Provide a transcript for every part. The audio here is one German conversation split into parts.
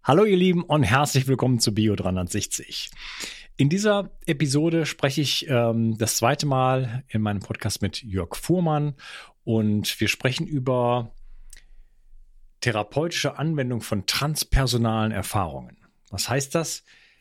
Hallo ihr Lieben und herzlich willkommen zu Bio 360. In dieser Episode spreche ich das zweite Mal in meinem Podcast mit Jörg Fuhrmann und wir sprechen über therapeutische Anwendung von transpersonalen Erfahrungen. Was heißt das?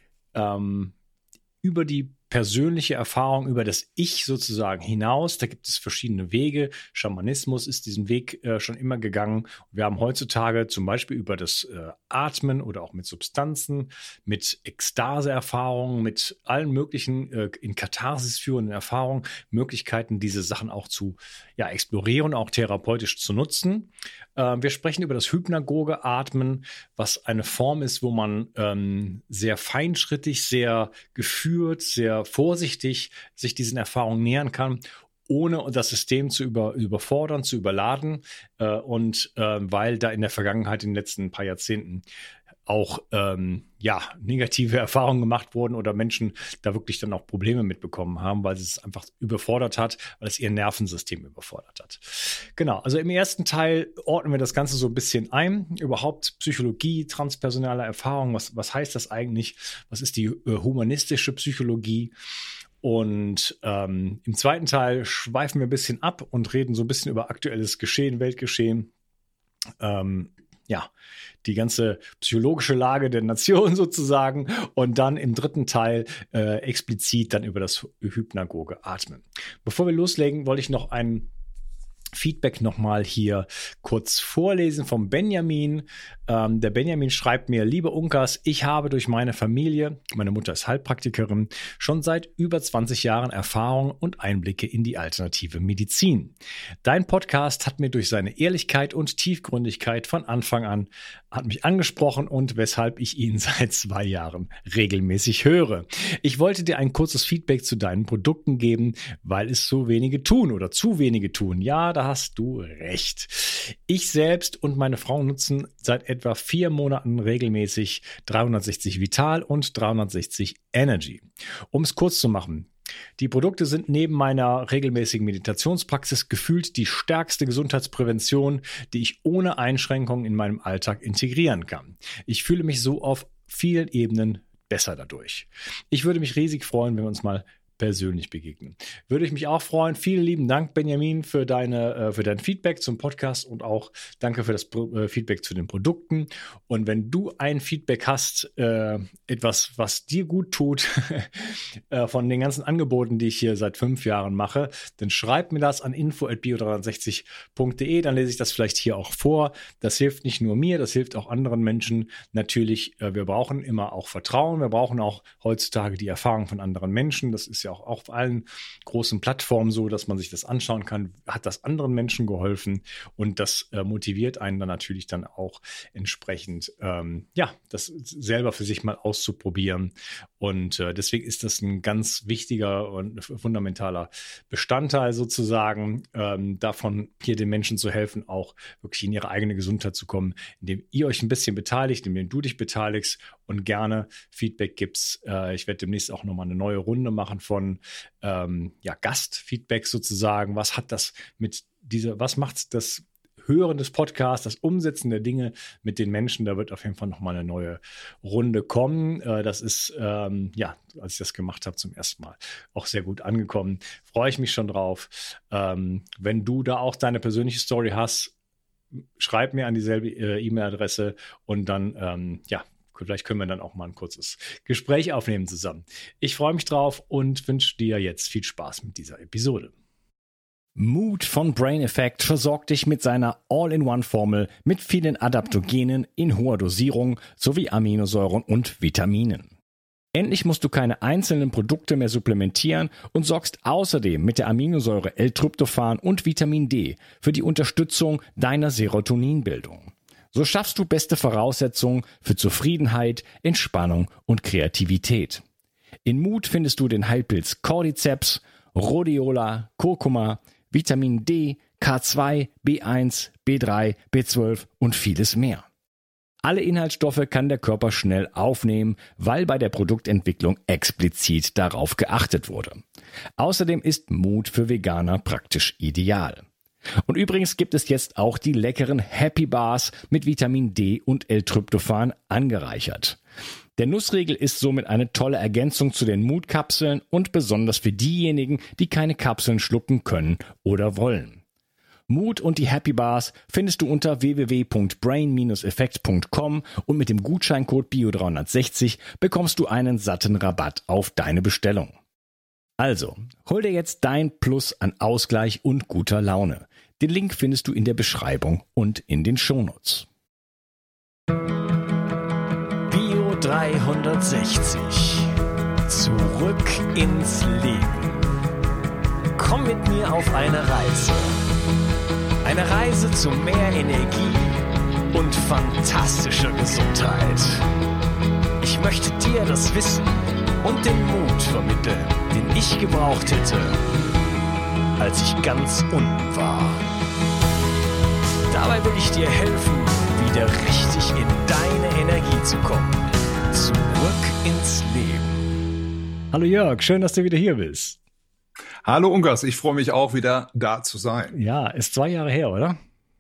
Über die persönliche Erfahrung, über das Ich sozusagen hinaus. Da gibt es verschiedene Wege. Schamanismus ist diesen Weg schon immer gegangen. Wir haben heutzutage zum Beispiel über das Atmen oder auch mit Substanzen, mit Ekstase-Erfahrungen, mit allen möglichen in Katharsis führenden Erfahrungen, Möglichkeiten, diese Sachen auch zu explorieren, auch therapeutisch zu nutzen. Wir sprechen über das hypnagoge Atmen, was eine Form ist, wo man sehr feinschrittig, sehr geführt, sehr vorsichtig sich diesen Erfahrungen nähern kann, ohne das System zu überfordern, zu überladen. Weil da in der Vergangenheit, in den letzten paar Jahrzehnten, auch negative Erfahrungen gemacht wurden oder Menschen da wirklich dann auch Probleme mitbekommen haben, weil es einfach überfordert hat, weil es ihr Nervensystem überfordert hat. Genau, also im ersten Teil ordnen wir das Ganze so ein bisschen ein. Überhaupt Psychologie, transpersonale Erfahrung, was heißt das eigentlich? Was ist die humanistische Psychologie? Und im zweiten Teil schweifen wir ein bisschen ab und reden so ein bisschen über aktuelles Geschehen, Weltgeschehen. Die ganze psychologische Lage der Nation sozusagen und dann im dritten Teil explizit dann über das hypnagoge Atmen. Bevor wir loslegen, wollte ich noch ein Feedback nochmal hier kurz vorlesen vom Benjamin. Der Benjamin schreibt mir: Liebe Unkas, ich habe durch meine Familie, meine Mutter ist Heilpraktikerin, schon seit über 20 Jahren Erfahrung und Einblicke in die alternative Medizin. Dein Podcast hat mir durch seine Ehrlichkeit und Tiefgründigkeit von Anfang an hat mich angesprochen und weshalb ich ihn seit 2 Jahren regelmäßig höre. Ich wollte dir ein kurzes Feedback zu deinen Produkten geben, weil es so wenige tun oder zu wenige tun. Ja, da hast du recht. Ich selbst und meine Frau nutzen seit etwa 4 Monaten regelmäßig 360 Vital und 360 Energy. Um es kurz zu machen: Die Produkte sind neben meiner regelmäßigen Meditationspraxis gefühlt die stärkste Gesundheitsprävention, die ich ohne Einschränkungen in meinem Alltag integrieren kann. Ich fühle mich so auf vielen Ebenen besser dadurch. Ich würde mich riesig freuen, wenn wir uns mal persönlich begegnen. Würde ich mich auch freuen. Vielen lieben Dank, Benjamin, für dein Feedback zum Podcast und auch danke für das Feedback zu den Produkten. Und wenn du ein Feedback hast, etwas, was dir gut tut, von den ganzen Angeboten, die ich hier seit 5 Jahren mache, dann schreib mir das an info@bio360.de, dann lese ich das vielleicht hier auch vor. Das hilft nicht nur mir, das hilft auch anderen Menschen. Natürlich, wir brauchen immer auch Vertrauen, wir brauchen auch heutzutage die Erfahrung von anderen Menschen. Das ist ja auch auf allen großen Plattformen so, dass man sich das anschauen kann. Hat das anderen Menschen geholfen? Und das motiviert einen dann natürlich dann auch entsprechend, das selber für sich mal auszuprobieren. Und deswegen ist das ein ganz wichtiger und fundamentaler Bestandteil sozusagen, davon hier den Menschen zu helfen, auch wirklich in ihre eigene Gesundheit zu kommen, indem ihr euch ein bisschen beteiligt, indem du dich beteiligst und gerne Feedback gibst. Ich werde demnächst auch nochmal eine neue Runde machen von Gastfeedback sozusagen. Was macht das Hören des Podcasts, das Umsetzen der Dinge mit den Menschen? Da wird auf jeden Fall nochmal eine neue Runde kommen. Das ist, als ich das gemacht habe, zum ersten Mal auch sehr gut angekommen. Freue ich mich schon drauf. Wenn du da auch deine persönliche Story hast, schreib mir an dieselbe E-Mail-Adresse und dann, vielleicht können wir dann auch mal ein kurzes Gespräch aufnehmen zusammen. Ich freue mich drauf und wünsche dir jetzt viel Spaß mit dieser Episode. Mood von Brain Effect versorgt dich mit seiner All-in-One-Formel mit vielen Adaptogenen in hoher Dosierung sowie Aminosäuren und Vitaminen. Endlich musst du keine einzelnen Produkte mehr supplementieren und sorgst außerdem mit der Aminosäure L-Tryptophan und Vitamin D für die Unterstützung deiner Serotoninbildung. So schaffst du beste Voraussetzungen für Zufriedenheit, Entspannung und Kreativität. In Mood findest du den Heilpilz Cordyceps, Rhodiola, Kurkuma, Vitamin D, K2, B1, B3, B12 und vieles mehr. Alle Inhaltsstoffe kann der Körper schnell aufnehmen, weil bei der Produktentwicklung explizit darauf geachtet wurde. Außerdem ist Mood für Veganer praktisch ideal. Und übrigens gibt es jetzt auch die leckeren Happy Bars mit Vitamin D und L-Tryptophan angereichert. Der Nussriegel ist somit eine tolle Ergänzung zu den Mut-Kapseln und besonders für diejenigen, die keine Kapseln schlucken können oder wollen. Mut und die Happy Bars findest du unter www.brain-effekt.com und mit dem Gutscheincode BIO360 bekommst du einen satten Rabatt auf deine Bestellung. Also, hol dir jetzt dein Plus an Ausgleich und guter Laune. Den Link findest du in der Beschreibung und in den Shownotes. Bio 360. Zurück ins Leben. Komm mit mir auf eine Reise. Eine Reise zu mehr Energie und fantastischer Gesundheit. Ich möchte dir das Wissen und den Mut vermitteln, den ich gebraucht hätte, als ich ganz unten war. Dabei will ich dir helfen, wieder richtig in deine Energie zu kommen. Zurück ins Leben. Hallo Jörg, schön, dass du wieder hier bist. Hallo Ungas, ich freue mich auch wieder da zu sein. Ja, ist 2 Jahre her, oder?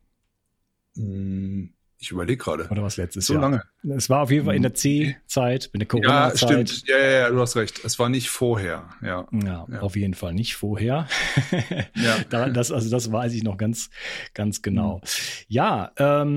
Ich überlege gerade. Oder was letztes Jahr? So lange. Es war auf jeden Fall in der C-Zeit, in der Corona-Zeit. Ja, stimmt. Ja, du hast recht. Es war nicht vorher. Ja, auf jeden Fall nicht vorher. Ja. Das weiß ich noch ganz, ganz genau. Ja,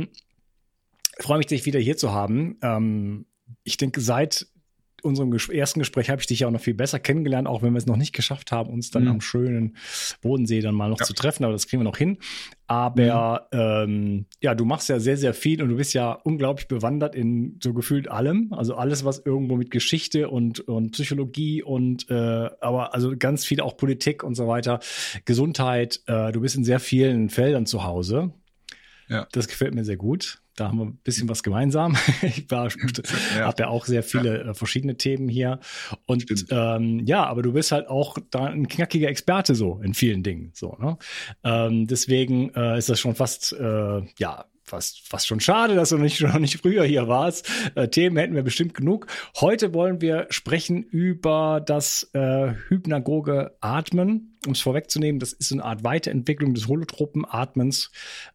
freue mich, dich wieder hier zu haben. Ich denke, seit unserem ersten Gespräch habe ich dich ja auch noch viel besser kennengelernt, auch wenn wir es noch nicht geschafft haben, uns dann am schönen Bodensee dann mal noch zu treffen, aber das kriegen wir noch hin. Aber du machst ja sehr, sehr viel und du bist ja unglaublich bewandert in so gefühlt allem, also alles, was irgendwo mit Geschichte und Psychologie und aber also ganz viel auch Politik und so weiter, Gesundheit, du bist in sehr vielen Feldern zu Hause. Ja. Das gefällt mir sehr gut. Da haben wir ein bisschen was gemeinsam. Ich habe ja auch sehr viele verschiedene Themen hier. Und aber du bist halt auch da ein knackiger Experte so in vielen Dingen. So, ne? Deswegen ist das schon fast schon schade, dass du noch nicht früher hier warst. Themen hätten wir bestimmt genug. Heute wollen wir sprechen über das hypnagoge Atmen. Um es vorwegzunehmen, das ist eine Art Weiterentwicklung des holotropen Atmens,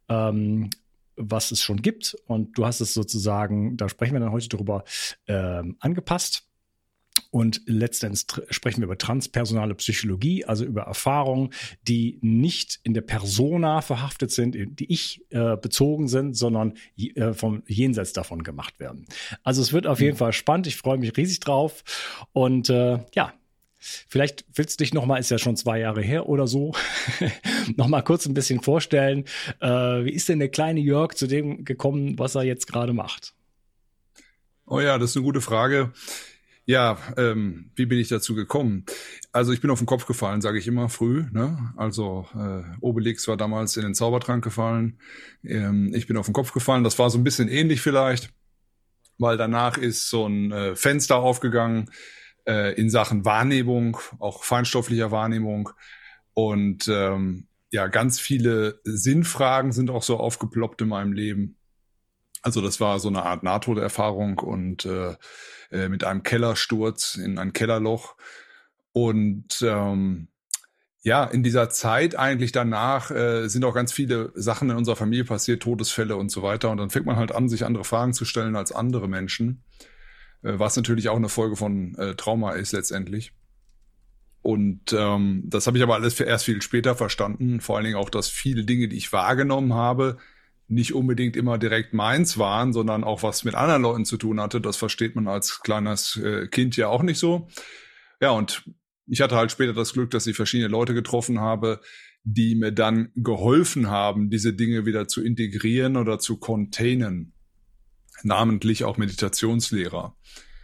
was es schon gibt. Und du hast es sozusagen, da sprechen wir dann heute drüber, angepasst. Und letztendlich sprechen wir über transpersonale Psychologie, also über Erfahrungen, die nicht in der Persona verhaftet sind, die ich bezogen sind, sondern vom Jenseits davon gemacht werden. Also es wird auf jeden Fall spannend. Ich freue mich riesig drauf. Und vielleicht willst du dich nochmal, ist ja schon 2 Jahre her oder so, nochmal kurz ein bisschen vorstellen. Wie ist denn der kleine Jörg zu dem gekommen, was er jetzt gerade macht? Oh ja, das ist eine gute Frage. Ja, wie bin ich dazu gekommen? Also ich bin auf den Kopf gefallen, sage ich immer früh. Ne? Also Obelix war damals in den Zaubertrank gefallen. Ich bin auf den Kopf gefallen. Das war so ein bisschen ähnlich vielleicht, weil danach ist so ein Fenster aufgegangen in Sachen Wahrnehmung, auch feinstofflicher Wahrnehmung. Und ganz viele Sinnfragen sind auch so aufgeploppt in meinem Leben. Also das war so eine Art Nahtoderfahrung und mit einem Kellersturz in ein Kellerloch. Und in dieser Zeit eigentlich danach sind auch ganz viele Sachen in unserer Familie passiert, Todesfälle und so weiter. Und dann fängt man halt an, sich andere Fragen zu stellen als andere Menschen, was natürlich auch eine Folge von Trauma ist letztendlich. Und das habe ich aber alles erst viel später verstanden. Vor allen Dingen auch, dass viele Dinge, die ich wahrgenommen habe, nicht unbedingt immer direkt meins waren, sondern auch was mit anderen Leuten zu tun hatte. Das versteht man als kleines Kind ja auch nicht so. Ja, und ich hatte halt später das Glück, dass ich verschiedene Leute getroffen habe, die mir dann geholfen haben, diese Dinge wieder zu integrieren oder zu containen. Namentlich auch Meditationslehrer.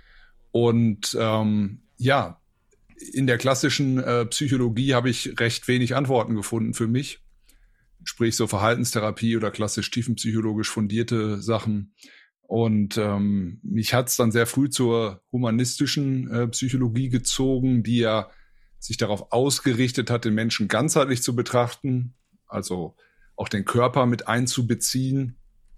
Und in der klassischen Psychologie habe ich recht wenig Antworten gefunden für mich. Sprich so Verhaltenstherapie oder klassisch tiefenpsychologisch fundierte Sachen. Und mich hat es dann sehr früh zur humanistischen Psychologie gezogen, die ja sich darauf ausgerichtet hat, den Menschen ganzheitlich zu betrachten, also auch den Körper mit einzubeziehen.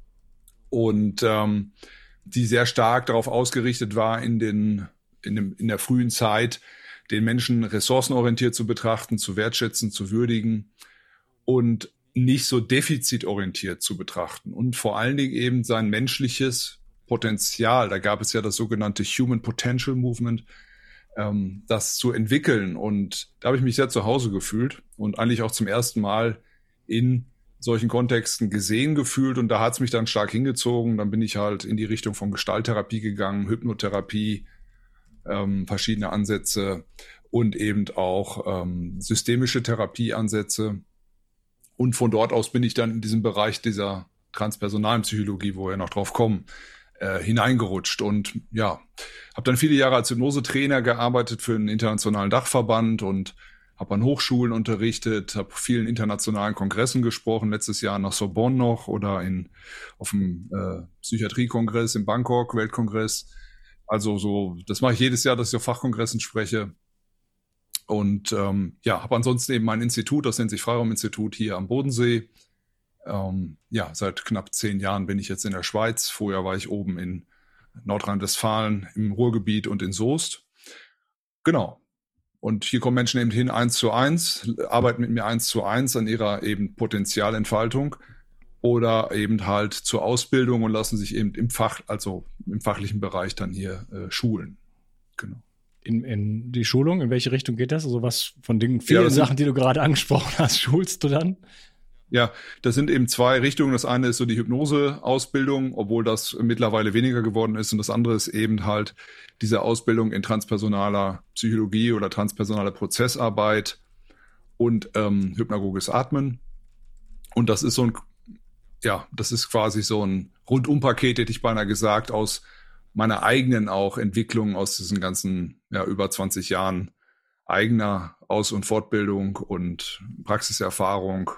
Und die sehr stark darauf ausgerichtet war, in der frühen Zeit den Menschen ressourcenorientiert zu betrachten, zu wertschätzen, zu würdigen und nicht so defizitorientiert zu betrachten und vor allen Dingen eben sein menschliches Potenzial. Da gab es ja das sogenannte Human Potential Movement, das zu entwickeln. Und da habe ich mich sehr zu Hause gefühlt und eigentlich auch zum ersten Mal in solchen Kontexten gesehen gefühlt. Und da hat es mich dann stark hingezogen. Dann bin ich halt in die Richtung von Gestalttherapie gegangen, Hypnotherapie, verschiedene Ansätze und eben auch systemische Therapieansätze. Und von dort aus bin ich dann in diesen Bereich dieser transpersonalen Psychologie, wo wir noch drauf kommen, hineingerutscht. Und ja, habe dann viele Jahre als Hypnosetrainer gearbeitet für einen internationalen Dachverband und habe an Hochschulen unterrichtet, habe vielen internationalen Kongressen gesprochen, letztes Jahr nach Sorbonne noch oder auf dem Psychiatriekongress in Bangkok, Weltkongress. Also so, das mache ich jedes Jahr, dass ich auf Fachkongressen spreche. Und habe ansonsten eben mein Institut, das nennt sich Freirauminstitut hier am Bodensee. Seit knapp 10 Jahren bin ich jetzt in der Schweiz. Vorher war ich oben in Nordrhein-Westfalen, im Ruhrgebiet und in Soest. Genau. Und hier kommen Menschen eben hin 1:1, arbeiten mit mir 1:1 an ihrer eben Potenzialentfaltung oder eben halt zur Ausbildung und lassen sich eben im fachlichen Bereich dann hier schulen. Genau. In die Schulung, in welche Richtung geht das? Also was von den vielen Sachen, die du gerade angesprochen hast, schulst du dann? Ja, das sind eben 2 Richtungen. Das eine ist so die Hypnose-Ausbildung, obwohl das mittlerweile weniger geworden ist. Und das andere ist eben halt diese Ausbildung in transpersonaler Psychologie oder transpersonaler Prozessarbeit und hypnagoges Atmen. Und das ist das ist quasi so ein Rundumpaket, hätte ich beinahe gesagt, aus meiner eigenen auch Entwicklung aus diesen ganzen über 20 Jahren eigener Aus- und Fortbildung und Praxiserfahrung,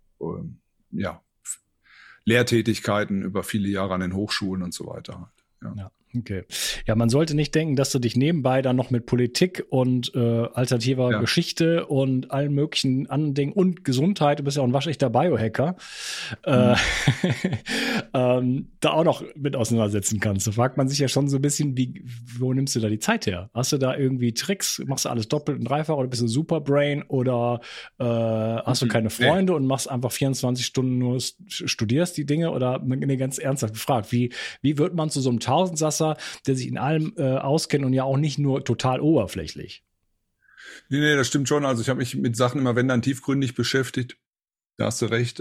Lehrtätigkeiten über viele Jahre an den Hochschulen und so weiter. Ja, okay. Ja, man sollte nicht denken, dass du dich nebenbei dann noch mit Politik und alternativer Geschichte und allen möglichen anderen Dingen und Gesundheit, du bist ja auch ein waschechter Biohacker, da auch noch mit auseinandersetzen kannst. Da fragt man sich ja schon so ein bisschen, wo nimmst du da die Zeit her? Hast du da irgendwie Tricks? Machst du alles doppelt und dreifach oder bist du Superbrain oder hast du keine Freunde und machst einfach 24 Stunden nur studierst die Dinge oder ganz ernsthaft gefragt, wie wird man zu so einem Tausendsasser, der sich in allem auskennt und ja auch nicht nur total oberflächlich? Nee, das stimmt schon. Also ich habe mich mit Sachen immer, wenn dann, tiefgründig beschäftigt. Da hast du recht.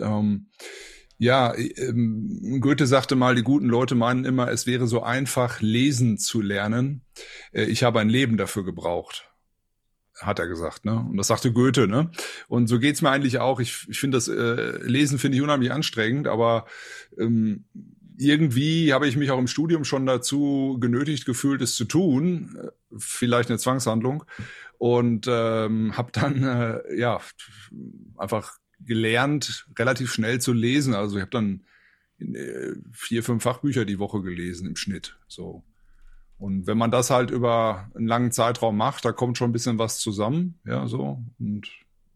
Goethe sagte mal, die guten Leute meinen immer, es wäre so einfach, lesen zu lernen. Ich habe ein Leben dafür gebraucht, hat er gesagt, ne? Und das sagte Goethe, ne? Und so geht's mir eigentlich auch. Ich finde das Lesen finde ich unheimlich anstrengend, aber irgendwie habe ich mich auch im Studium schon dazu genötigt gefühlt, es zu tun. Vielleicht eine Zwangshandlung. Und habe dann einfach gelernt, relativ schnell zu lesen. Also ich habe dann 4, 5 Fachbücher die Woche gelesen im Schnitt. So. Und wenn man das halt über einen langen Zeitraum macht, da kommt schon ein bisschen was zusammen. Ja, so. Und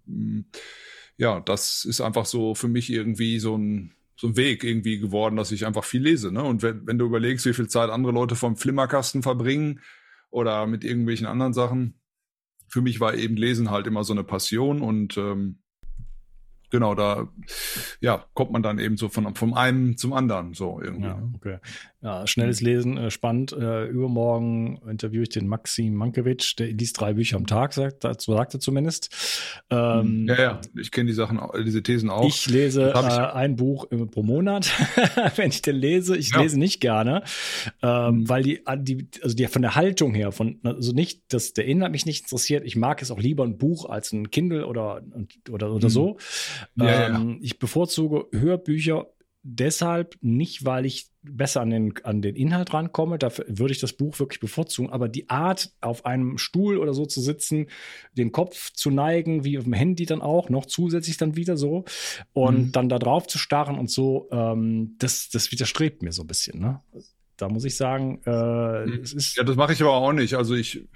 das ist einfach so für mich irgendwie so ein Weg irgendwie geworden, dass ich einfach viel lese. Ne? Und wenn du überlegst, wie viel Zeit andere Leute vom Flimmerkasten verbringen oder mit irgendwelchen anderen Sachen, für mich war eben Lesen halt immer so eine Passion und genau, da kommt man dann eben so vom einen zum anderen so irgendwie. Ja, okay. Ja, schnelles Lesen, spannend. Übermorgen interviewe ich den Maxim Mankiewicz, der liest 3 Bücher am Tag, sagt er zumindest. Ich kenne diese Thesen auch. Ich lese ein Buch pro Monat, wenn ich denn lese. Ich lese nicht gerne, weil die von der Haltung her, also nicht, dass der Inhalt mich nicht interessiert. Ich mag es auch lieber ein Buch als ein Kindle oder so. Ich bevorzuge Hörbücher deshalb nicht, weil ich besser an den Inhalt rankomme. Dafür würde ich das Buch wirklich bevorzugen. Aber die Art, auf einem Stuhl oder so zu sitzen, den Kopf zu neigen, wie auf dem Handy dann auch, noch zusätzlich dann wieder so, und dann da drauf zu starren und so, das widerstrebt mir so ein bisschen. Ne? Da muss ich sagen, es ist... Ja, das mache ich aber auch nicht. Also ich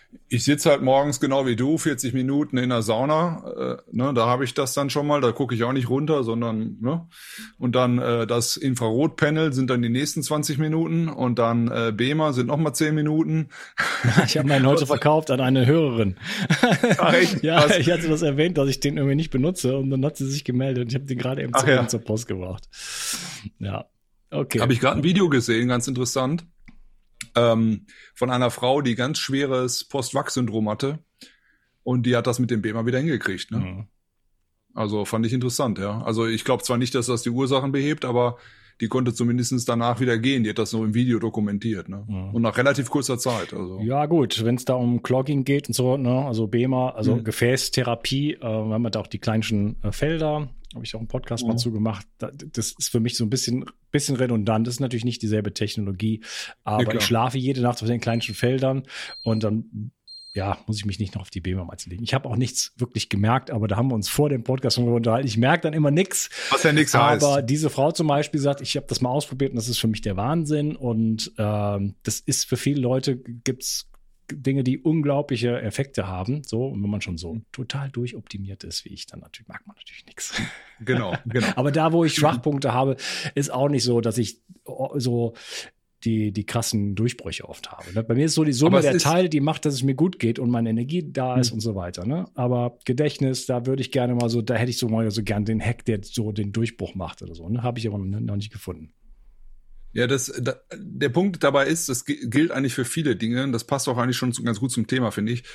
Ich sitze halt morgens genau wie du, 40 Minuten in der Sauna, ne, da habe ich das dann schon mal, da gucke ich auch nicht runter, sondern, ne, und dann das Infrarotpanel sind dann die nächsten 20 Minuten und dann BEMA sind nochmal 10 Minuten. Ich habe meinen heute verkauft an eine Hörerin. Ach, echt? Ja, ich hatte das erwähnt, dass ich den irgendwie nicht benutze und dann hat sie sich gemeldet und ich habe den gerade eben zur Post gebracht. Ja, okay. Habe ich gerade ein Video gesehen, ganz interessant. Von einer Frau, die ganz schweres Post-Vax-Syndrom hatte und die hat das mit dem BEMA wieder hingekriegt. Ne? Mhm. Also fand ich interessant, ja. Also ich glaube zwar nicht, dass das die Ursachen behebt, aber die konnte zumindest danach wieder gehen. Die hat das so im Video dokumentiert. Ne? Mhm. Und nach relativ kurzer Zeit. Also. Ja gut, wenn es da um Clogging geht und so, ne, also BEMA, also Gefäßtherapie, haben wir da auch die kleinsten Felder. Habe ich auch einen Podcast mal zugemacht. Das ist für mich so ein bisschen redundant. Das ist natürlich nicht dieselbe Technologie, aber ich schlafe jede Nacht auf den kleinsten Feldern und dann muss ich mich nicht noch auf die BEMA mal legen. Ich habe auch nichts wirklich gemerkt, aber da haben wir uns vor dem Podcast schon unterhalten. Ich merke dann immer nichts. Was ja nichts heißt. Aber diese Frau zum Beispiel sagt, ich habe das mal ausprobiert und das ist für mich der Wahnsinn. Und das ist für viele Leute, gibt's Dinge, die unglaubliche Effekte haben. So, und wenn man schon so total durchoptimiert ist, wie ich, dann mag man natürlich nichts. Genau. Aber da, wo ich Schwachpunkte habe, ist auch nicht so, dass ich so die krassen Durchbrüche oft habe. Ne? Bei mir ist so die Summe der Teile, die macht, dass es mir gut geht und meine Energie da ist und so weiter. Ne? Aber Gedächtnis, da würde ich gerne mal so, da hätte ich so mal so gern den Hack, der so den Durchbruch macht oder so. Ne? Habe ich aber noch nicht gefunden. Ja, der Punkt dabei ist, das gilt eigentlich für viele Dinge. Das passt auch eigentlich schon ganz gut zum Thema, finde ich.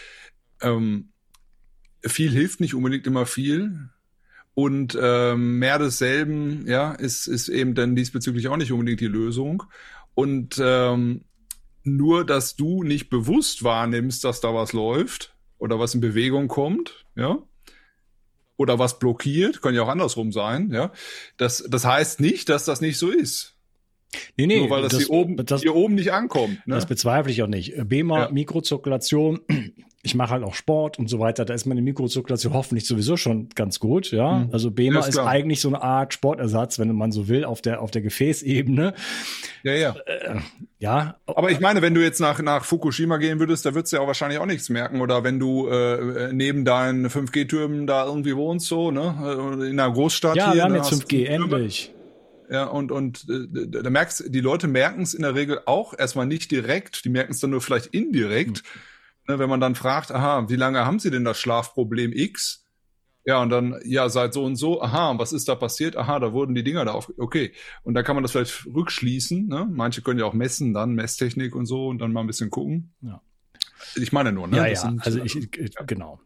Viel hilft nicht unbedingt immer viel. Und mehr desselben, ist eben dann diesbezüglich auch nicht unbedingt die Lösung. Und nur, dass du nicht bewusst wahrnimmst, dass da was läuft oder was in Bewegung kommt, ja, oder was blockiert, kann ja auch andersrum sein, ja. Das heißt nicht, dass das nicht so ist. Nee, nur weil das hier oben nicht ankommt. Ne? Das bezweifle ich auch nicht. BEMA, Mikrozirkulation, ich mache halt auch Sport und so weiter, da ist meine Mikrozirkulation hoffentlich sowieso schon ganz gut, ja. Also BEMA ist eigentlich so eine Art Sportersatz, wenn man so will, auf der Gefäßebene. Ja. Ja. Aber ich meine, wenn du jetzt nach Fukushima gehen würdest, da würdest du ja auch wahrscheinlich auch nichts merken. Oder wenn du neben deinen 5G-Türmen da irgendwie wohnst, so, ne, in einer Großstadt hier. Ja, wir haben jetzt 5G, endlich. Ja, und da die Leute merken es in der Regel auch erstmal nicht direkt, die merken es dann nur vielleicht indirekt, ne, wenn man dann fragt, aha, wie lange haben Sie denn das Schlafproblem X? Ja, und dann, seit so und so, aha, was ist da passiert? Aha, da wurden die Dinger da okay. Und da kann man das vielleicht rückschließen, ne? Manche können ja auch messen, dann Messtechnik und so und dann mal ein bisschen gucken. Ja. Ich meine nur, ne? Genau.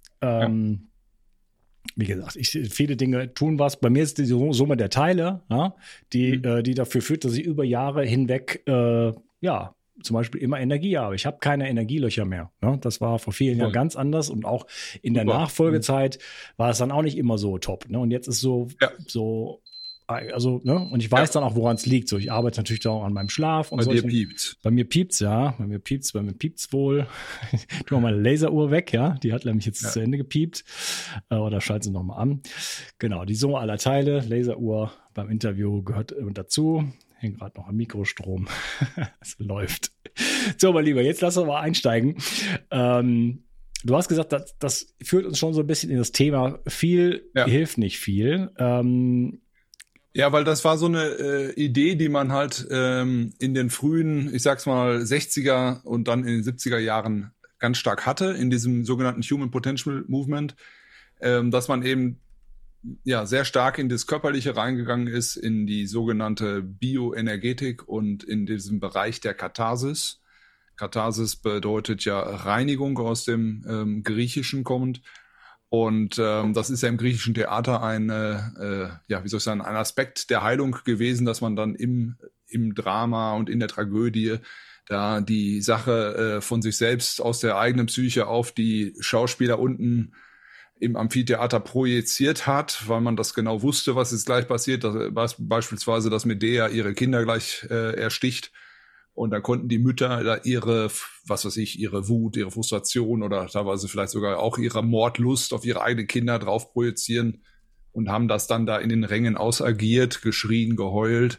Wie gesagt, viele Dinge tun was. Bei mir ist die Summe der Teile, die dafür führt, dass ich über Jahre hinweg, zum Beispiel immer Energie habe. Ich habe keine Energielöcher mehr. Ne? Das war vor vielen Jahren ganz anders und auch in der Nachfolgezeit war es dann auch nicht immer so top. Ne? Und jetzt ist so, also, ne? Und ich weiß dann auch, woran es liegt. So, ich arbeite natürlich auch an meinem Schlaf. Und bei dir piept's. Bei mir piept's wohl. Tu mal meine Laseruhr weg, ja. Die hat nämlich jetzt zu Ende gepiept. Oder schalte sie nochmal an. Genau, die Summe aller Teile. Laseruhr beim Interview gehört dazu. Hängt gerade noch am Mikrostrom. Es läuft. So, mein Lieber, jetzt lass uns mal einsteigen. Du hast gesagt, das führt uns schon so ein bisschen in das Thema. Viel hilft nicht viel. Ja, weil das war so eine Idee, die man halt in den frühen, ich sag's mal, 60er und dann in den 70er Jahren ganz stark hatte, in diesem sogenannten Human Potential Movement, dass man eben sehr stark in das Körperliche reingegangen ist, in die sogenannte Bioenergetik und in diesem Bereich der Katharsis. Katharsis bedeutet ja Reinigung, aus dem Griechischen kommend. Und das ist ja im griechischen Theater ein Aspekt der Heilung gewesen, dass man dann im Drama und in der Tragödie da die Sache von sich selbst aus der eigenen Psyche auf die Schauspieler unten im Amphitheater projiziert hat, weil man das genau wusste, was jetzt gleich passiert. Beispielsweise, dass Medea ihre Kinder gleich ersticht. Und da konnten die Mütter da ihre Wut, ihre Frustration oder teilweise vielleicht sogar auch ihre Mordlust auf ihre eigenen Kinder drauf projizieren und haben das dann da in den Rängen ausagiert, geschrien, geheult.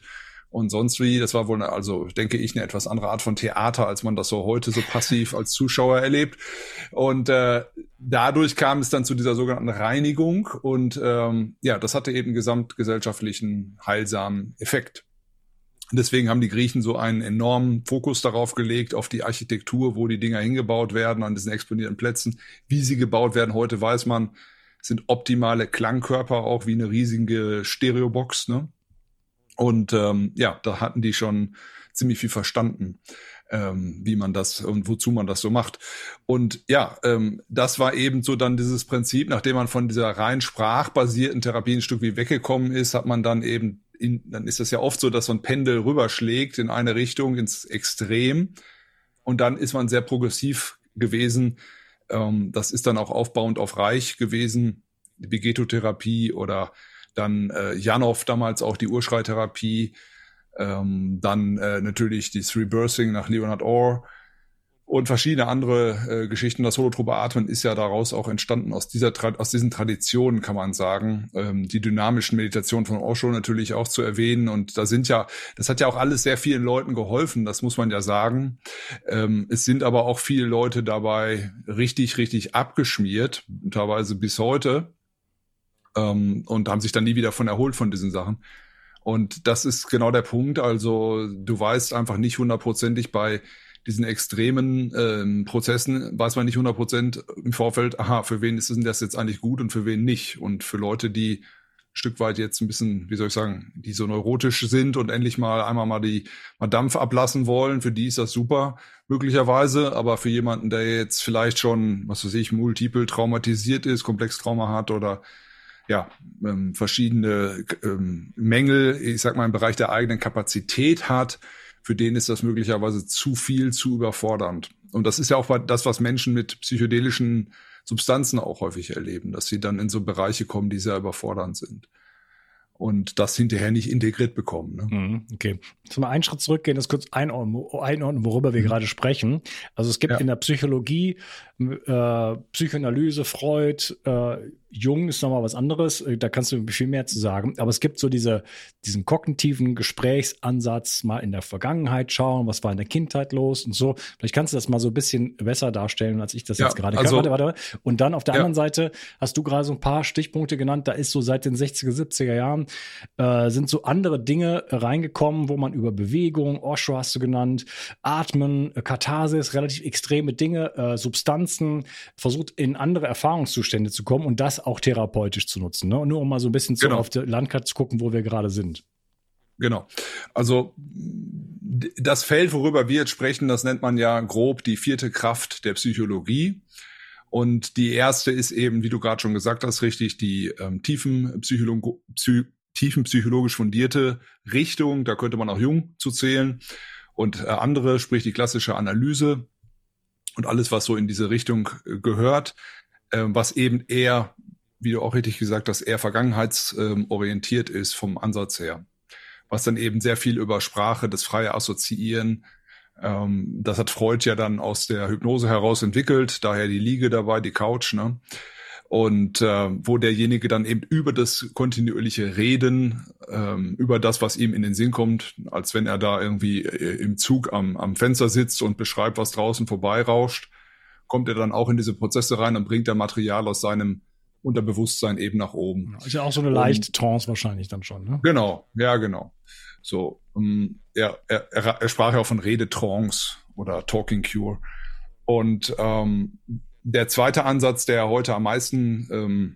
und sonst wie. Das war wohl, also denke ich, eine etwas andere Art von Theater, als man das so heute so passiv als Zuschauer erlebt. Und dadurch kam es dann zu dieser sogenannten Reinigung. Und das hatte eben gesamtgesellschaftlichen heilsamen Effekt. Deswegen haben die Griechen so einen enormen Fokus darauf gelegt, auf die Architektur, wo die Dinger hingebaut werden, an diesen exponierten Plätzen. Wie sie gebaut werden, heute weiß man, sind optimale Klangkörper, auch wie eine riesige Stereobox, ne? Und da hatten die schon ziemlich viel verstanden, wie man das und wozu man das so macht. Und das war eben so dann dieses Prinzip, nachdem man von dieser rein sprachbasierten Therapie ein Stück wie weggekommen ist, hat man dann eben dann ist das ja oft so, dass so ein Pendel rüberschlägt in eine Richtung, ins Extrem. Und dann ist man sehr progressiv gewesen. Das ist dann auch aufbauend auf Reich gewesen, die Vegetotherapie oder dann Janov damals auch die Urschreitherapie, dann natürlich das Rebirthing nach Leonard Orr und verschiedene andere Geschichten. Das holotrope Atmen ist ja daraus auch entstanden, aus diesen Traditionen, kann man sagen. Die dynamischen Meditationen von Osho natürlich auch zu erwähnen. Und das hat ja auch alles sehr vielen Leuten geholfen, das muss man ja sagen. Es sind aber auch viele Leute dabei richtig, richtig abgeschmiert, teilweise bis heute, und haben sich dann nie wieder von erholt von diesen Sachen. Und das ist genau der Punkt. Also du weißt einfach nicht hundertprozentig bei diesen extremen Prozessen, weiß man nicht 100% im Vorfeld, für wen ist denn das jetzt eigentlich gut und für wen nicht. Und für Leute, die ein Stück weit jetzt ein bisschen, wie soll ich sagen, die so neurotisch sind und endlich mal Dampf ablassen wollen, für die ist das super, möglicherweise. Aber für jemanden, der jetzt vielleicht schon, was weiß ich, multiple traumatisiert ist, Komplextrauma hat oder verschiedene Mängel, ich sag mal, im Bereich der eigenen Kapazität hat, für den ist das möglicherweise zu viel, zu überfordernd. Und das ist ja auch das, was Menschen mit psychedelischen Substanzen auch häufig erleben, dass sie dann in so Bereiche kommen, die sehr überfordernd sind. Und das hinterher nicht integriert bekommen. Ne? Okay. Jetzt mal einen Schritt zurückgehen, das kurz einordnen, worüber wir gerade sprechen. Also es gibt in der Psychologie, Psychoanalyse, Freud, Jung ist nochmal was anderes, da kannst du viel mehr zu sagen. Aber es gibt so diesen kognitiven Gesprächsansatz, mal in der Vergangenheit schauen, was war in der Kindheit los und so. Vielleicht kannst du das mal so ein bisschen besser darstellen, als ich das jetzt gerade kann. Warte. Und dann auf der anderen Seite hast du gerade so ein paar Stichpunkte genannt, da ist so seit den 60er, 70er Jahren sind so andere Dinge reingekommen, wo man über Bewegung, Osho hast du genannt, Atmen, Katharsis, relativ extreme Dinge, Substanzen, versucht in andere Erfahrungszustände zu kommen und das auch therapeutisch zu nutzen. Ne? Und nur um mal so ein bisschen auf der Landkarte zu gucken, wo wir gerade sind. Genau. Also das Feld, worüber wir jetzt sprechen, das nennt man ja grob die 4. Kraft der Psychologie. Und die erste ist eben, wie du gerade schon gesagt hast, richtig, die tiefenpsychologisch fundierte Richtung. Da könnte man auch Jung zu zählen. Und andere, sprich die klassische Analyse und alles, was so in diese Richtung gehört, was eben eher, wie du auch richtig gesagt hast, eher vergangenheitsorientiert ist vom Ansatz her. Was dann eben sehr viel über Sprache, das freie Assoziieren, das hat Freud ja dann aus der Hypnose heraus entwickelt, daher die Liege dabei, die Couch, ne? Und wo derjenige dann eben über das kontinuierliche Reden, über das, was ihm in den Sinn kommt, als wenn er da irgendwie im Zug am Fenster sitzt und beschreibt, was draußen vorbeirauscht, kommt er dann auch in diese Prozesse rein und bringt dann Material aus seinem Unterbewusstsein eben nach oben. Ist ja auch so eine leichte Trance wahrscheinlich dann schon, ne? Genau, ja, genau. So, er sprach ja auch von Redetrance oder Talking Cure. Und der zweite Ansatz, der heute am meisten,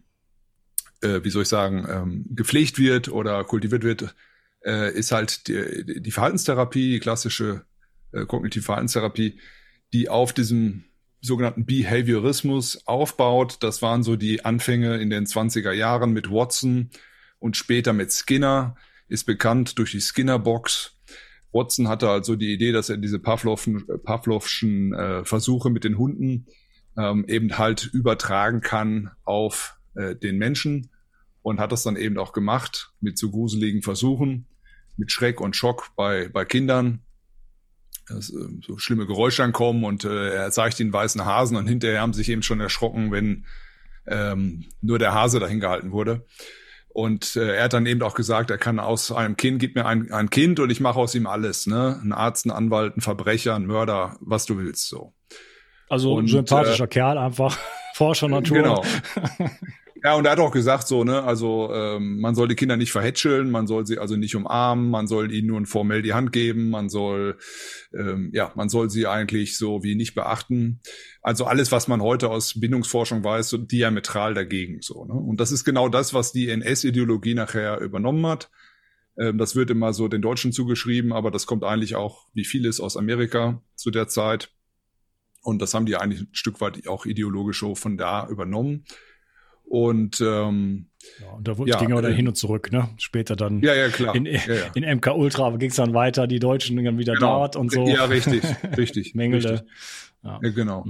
gepflegt wird oder kultiviert wird, ist halt die Verhaltenstherapie, die klassische kognitive Verhaltenstherapie, die auf diesem sogenannten Behaviorismus aufbaut. Das waren so die Anfänge in den 20er Jahren mit Watson und später mit Skinner, ist bekannt durch die Skinner-Box. Watson hatte also die Idee, dass er diese Pavlovschen Versuche mit den Hunden eben halt übertragen kann auf den Menschen und hat das dann eben auch gemacht mit so gruseligen Versuchen, mit Schreck und Schock bei Kindern. Dass, so schlimme Geräusche ankommen und er zeigt den weißen Hasen und hinterher haben sich eben schon erschrocken, wenn nur der Hase dahin gehalten wurde. Und er hat dann eben auch gesagt, er kann aus einem Kind, gib mir ein Kind und ich mache aus ihm alles, ne? Ein Arzt, ein Anwalt, ein Verbrecher, ein Mörder, was du willst, so. Also ein sympathischer Kerl, einfach Forscher Natur. Genau. Ja, und er hat auch gesagt so, ne, also man soll die Kinder nicht verhätscheln, man soll sie also nicht umarmen, man soll ihnen nur formell die Hand geben, man soll sie eigentlich so wie nicht beachten. Also alles, was man heute aus Bindungsforschung weiß, so diametral dagegen so, ne? Und das ist genau das, was die NS-Ideologie nachher übernommen hat. Das wird immer so den Deutschen zugeschrieben, aber das kommt eigentlich auch wie vieles aus Amerika zu der Zeit. Und das haben die eigentlich ein Stück weit auch ideologisch so von da übernommen. Und und da ging er dann hin und zurück, ne? Später dann klar. In MK Ultra ging es dann weiter, die Deutschen dann wieder dort und so. Ja, richtig. Mengele. Richtig. Ja, genau.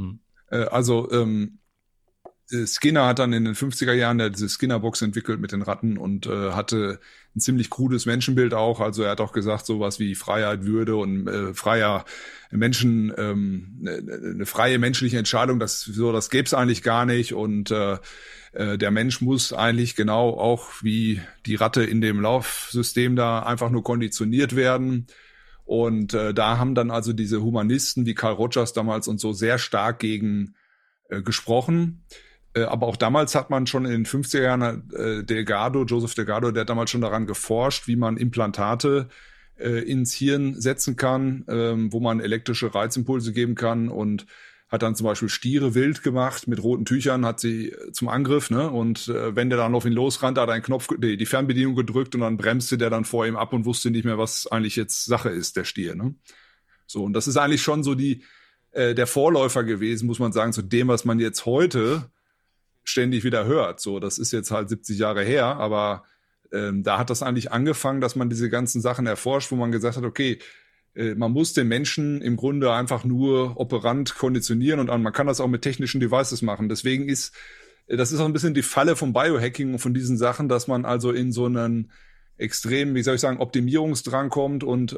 Skinner hat dann in den 50er Jahren diese Skinner-Box entwickelt mit den Ratten und hatte ein ziemlich krudes Menschenbild auch. Also er hat auch gesagt, sowas wie Freiheit, Würde und freier Menschen, eine freie menschliche Entscheidung, das gäbe es eigentlich gar nicht. Und der Mensch muss eigentlich genau auch wie die Ratte in dem Laufsystem da einfach nur konditioniert werden. Und da haben dann also diese Humanisten wie Carl Rogers damals und so sehr stark gegen gesprochen. Aber auch damals hat man schon in den 50er Jahren Joseph Delgado, der hat damals schon daran geforscht, wie man Implantate ins Hirn setzen kann, wo man elektrische Reizimpulse geben kann, und hat dann zum Beispiel Stiere wild gemacht mit roten Tüchern, hat sie zum Angriff, ne? Und wenn der dann auf ihn losrannte, hat er einen Knopf, die Fernbedienung gedrückt und dann bremste der dann vor ihm ab und wusste nicht mehr, was eigentlich jetzt Sache ist, der Stier, ne? So, und das ist eigentlich schon so der Vorläufer gewesen, muss man sagen, zu dem, was man jetzt heute ständig wieder hört. So, das ist jetzt halt 70 Jahre her, aber da hat das eigentlich angefangen, dass man diese ganzen Sachen erforscht, wo man gesagt hat, okay, man muss den Menschen im Grunde einfach nur operant konditionieren und man kann das auch mit technischen Devices machen. Deswegen das ist auch ein bisschen die Falle vom Biohacking und von diesen Sachen, dass man also in so einen extremen, wie soll ich sagen, Optimierungsdrang kommt und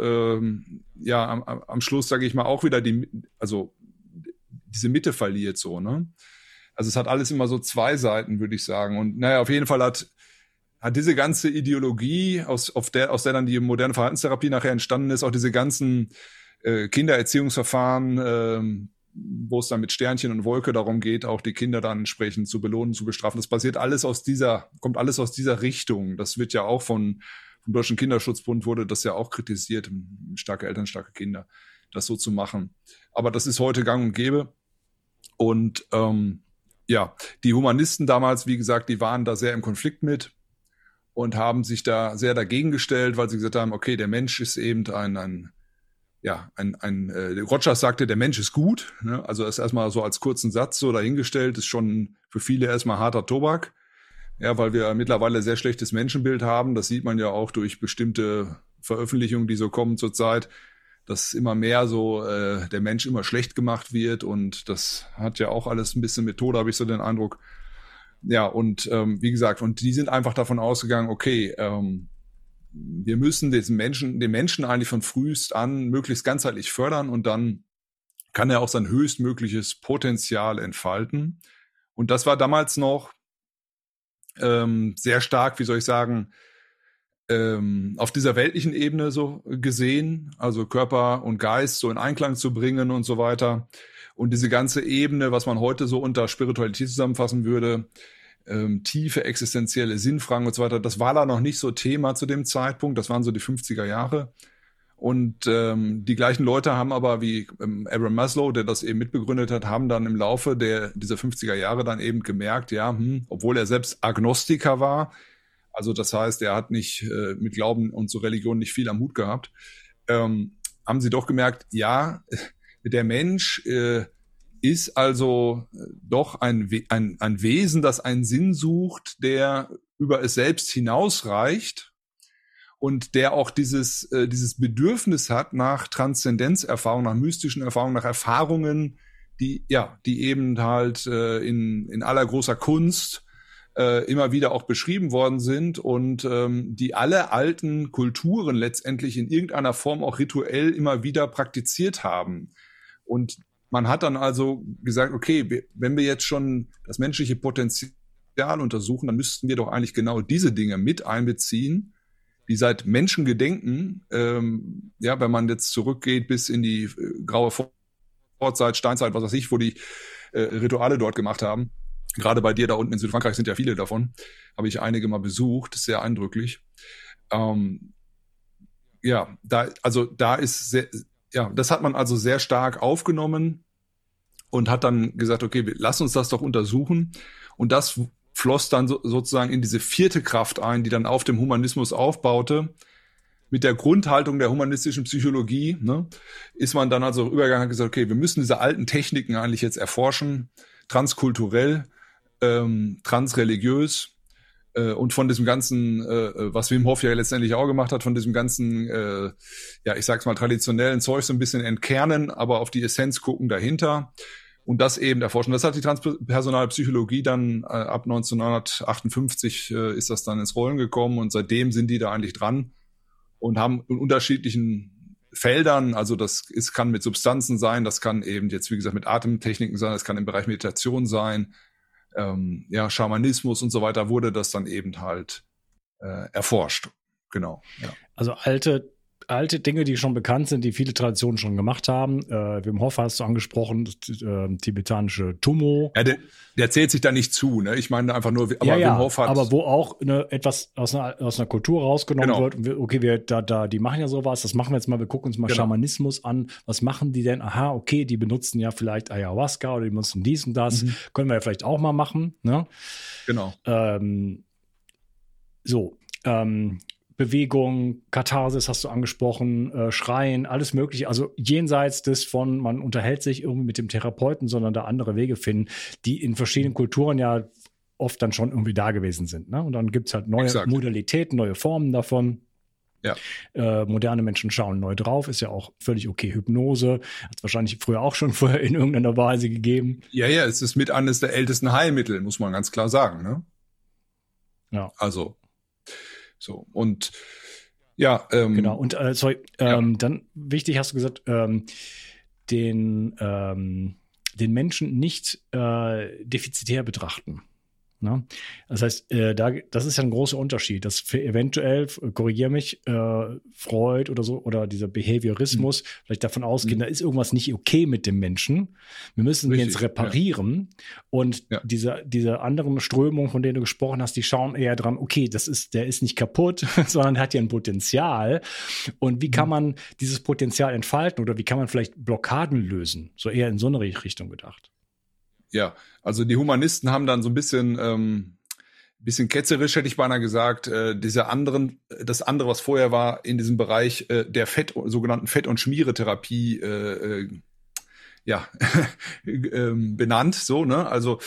am Schluss, sage ich mal, auch wieder diese Mitte verliert so, ne? Also es hat alles immer so zwei Seiten, würde ich sagen. Und naja, auf jeden Fall hat diese ganze Ideologie, aus der dann die moderne Verhaltenstherapie nachher entstanden ist, auch diese ganzen Kindererziehungsverfahren, wo es dann mit Sternchen und Wolke darum geht, auch die Kinder dann entsprechend zu belohnen, zu bestrafen. Das kommt alles aus dieser Richtung. Das wird ja auch vom Deutschen Kinderschutzbund wurde das ja auch kritisiert, starke Eltern, starke Kinder, das so zu machen. Aber das ist heute gang und gäbe. Und die Humanisten damals, wie gesagt, die waren da sehr im Konflikt mit und haben sich da sehr dagegen gestellt, weil sie gesagt haben, okay, der Mensch ist eben Rogers sagte, der Mensch ist gut, ne? Also ist erstmal so als kurzen Satz so dahingestellt, ist schon für viele erstmal harter Tobak, ja, weil wir mittlerweile sehr schlechtes Menschenbild haben. Das sieht man ja auch durch bestimmte Veröffentlichungen, die so kommen zurzeit, dass immer mehr so der Mensch immer schlecht gemacht wird, und das hat ja auch alles ein bisschen Methode, habe ich so den Eindruck. Ja, und wie gesagt, und die sind einfach davon ausgegangen, okay, wir müssen den Menschen eigentlich von frühest an möglichst ganzheitlich fördern, und dann kann er auch sein höchstmögliches Potenzial entfalten. Und das war damals noch sehr stark, wie soll ich sagen, auf dieser weltlichen Ebene so gesehen, also Körper und Geist so in Einklang zu bringen und so weiter. Und diese ganze Ebene, was man heute so unter Spiritualität zusammenfassen würde, tiefe existenzielle Sinnfragen und so weiter, das war da noch nicht so Thema zu dem Zeitpunkt. Das waren so die 50er Jahre. Und die gleichen Leute haben aber, wie Abraham Maslow, der das eben mitbegründet hat, haben dann im Laufe dieser 50er Jahre dann eben gemerkt, obwohl er selbst Agnostiker war, also das heißt, er hat nicht mit Glauben und so Religion nicht viel am Hut gehabt, haben sie doch gemerkt, ja, der Mensch ist also doch ein Wesen, das einen Sinn sucht, der über es selbst hinausreicht und der auch dieses Bedürfnis hat nach Transzendenzerfahrung, nach mystischen Erfahrungen, nach Erfahrungen, die eben halt in aller großer Kunst immer wieder auch beschrieben worden sind und die alle alten Kulturen letztendlich in irgendeiner Form auch rituell immer wieder praktiziert haben. Und man hat dann also gesagt, okay, wenn wir jetzt schon das menschliche Potenzial untersuchen, dann müssten wir doch eigentlich genau diese Dinge mit einbeziehen, die seit Menschengedenken, wenn man jetzt zurückgeht bis in die graue Vorzeit, Steinzeit, was weiß ich, wo die Rituale dort gemacht haben. Gerade bei dir da unten in Südfrankreich sind ja viele davon. Habe ich einige mal besucht, ist sehr eindrücklich. Das hat man also sehr stark aufgenommen und hat dann gesagt, okay, lass uns das doch untersuchen. Und das floss dann sozusagen in diese vierte Kraft ein, die dann auf dem Humanismus aufbaute. Mit der Grundhaltung der humanistischen Psychologie, ne, ist man dann also übergegangen und gesagt, okay, wir müssen diese alten Techniken eigentlich jetzt erforschen, transkulturell, transreligiös, und von diesem ganzen, was Wim Hof ja letztendlich auch gemacht hat, von diesem ganzen, ich sag's mal, traditionellen Zeug so ein bisschen entkernen, aber auf die Essenz gucken dahinter und das eben erforschen. Das hat die transpersonale Psychologie dann ab 1958 ist das dann ins Rollen gekommen und seitdem sind die da eigentlich dran und haben in unterschiedlichen Feldern, also kann mit Substanzen sein, das kann eben jetzt, wie gesagt, mit Atemtechniken sein, das kann im Bereich Meditation sein, Schamanismus und so weiter, wurde das dann eben halt erforscht. Genau. Ja. Also alte Dinge, die schon bekannt sind, die viele Traditionen schon gemacht haben. Wim Hof hast du angesprochen, das tibetanische Tummo. Ja, der zählt sich da nicht zu, ne? Ich meine einfach nur, aber Wim Hof hat... Aber wo auch etwas aus einer Kultur rausgenommen wird. Und okay, die machen ja sowas, das machen wir jetzt mal, wir gucken uns mal Schamanismus an. Was machen die denn? Aha, okay, die benutzen ja vielleicht Ayahuasca oder die benutzen dies und das. Können wir ja vielleicht auch mal machen, ne? Genau. Bewegung, Katharsis hast du angesprochen, Schreien, alles mögliche. Also jenseits des von, man unterhält sich irgendwie mit dem Therapeuten, sondern da andere Wege finden, die in verschiedenen Kulturen ja oft dann schon irgendwie da gewesen sind. Ne? Und dann gibt's halt neue Modalitäten, neue Formen davon. Ja. Moderne Menschen schauen neu drauf, ist ja auch völlig okay. Hypnose hat es wahrscheinlich früher auch schon vorher in irgendeiner Weise gegeben. Ja, es ist mit eines der ältesten Heilmittel, muss man ganz klar sagen. Ne? Ja. Also so, und genau, und dann wichtig hast du gesagt, den Menschen nicht defizitär betrachten. Ne? Das heißt, das ist ja ein großer Unterschied, dass für eventuell, korrigiere mich, Freud oder so, oder dieser Behaviorismus vielleicht davon ausgehen, da ist irgendwas nicht okay mit dem Menschen. Wir müssen ihn jetzt reparieren. Und diese anderen Strömungen, von denen du gesprochen hast, die schauen eher dran, okay, der ist nicht kaputt, sondern hat ja ein Potenzial. Und wie kann man dieses Potenzial entfalten oder wie kann man vielleicht Blockaden lösen? So eher in so eine Richtung gedacht. Ja, also die Humanisten haben dann so ein bisschen ketzerisch, hätte ich beinahe gesagt, das andere, was vorher war, in diesem Bereich der sogenannten Fett- und Schmieretherapie benannt, so, ne? Also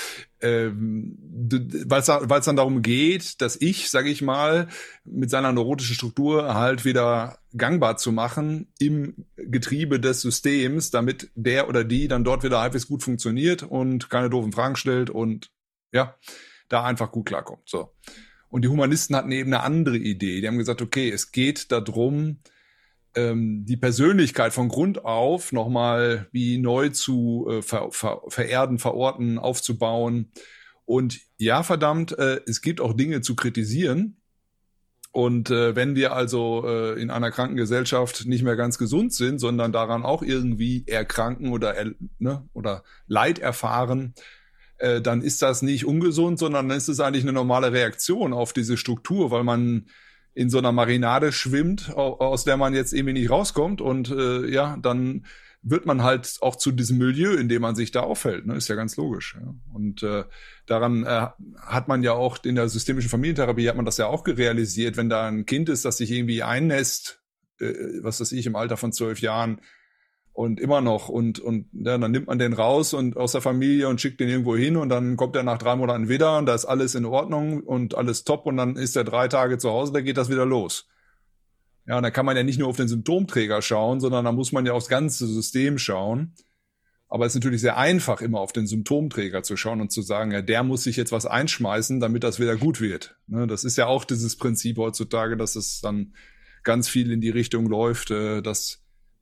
weil es dann darum geht, dass sage ich mal, mit seiner neurotischen Struktur halt wieder gangbar zu machen im Getriebe des Systems, damit der oder die dann dort wieder halbwegs gut funktioniert und keine doofen Fragen stellt und da einfach gut klarkommt. So. Und die Humanisten hatten eben eine andere Idee. Die haben gesagt, okay, es geht darum, die Persönlichkeit von Grund auf nochmal wie neu zu vererden, verorten, aufzubauen. Und ja, verdammt, es gibt auch Dinge zu kritisieren. Und wenn wir also in einer kranken Gesellschaft nicht mehr ganz gesund sind, sondern daran auch irgendwie erkranken oder Leid erfahren, dann ist das nicht ungesund, sondern dann ist es eigentlich eine normale Reaktion auf diese Struktur, weil man in so einer Marinade schwimmt, aus der man jetzt irgendwie nicht rauskommt und dann wird man halt auch zu diesem Milieu, in dem man sich da aufhält, ne? Ist ja ganz logisch. Ja? Und daran hat man ja auch in der systemischen Familientherapie hat man das ja auch realisiert, wenn da ein Kind ist, das sich irgendwie einnässt, was weiß ich, im Alter von 12 Jahren und immer noch und dann nimmt man den raus und aus der Familie und schickt den irgendwo hin und dann kommt er nach 3 Monaten wieder und da ist alles in Ordnung und alles top und dann ist er 3 Tage zu Hause, da geht das wieder los. Ja, und da kann man ja nicht nur auf den Symptomträger schauen, sondern da muss man ja aufs ganze System schauen. Aber es ist natürlich sehr einfach, immer auf den Symptomträger zu schauen und zu sagen, ja, der muss sich jetzt was einschmeißen, damit das wieder gut wird. Ne, das ist ja auch dieses Prinzip heutzutage, dass es dann ganz viel in die Richtung läuft, dass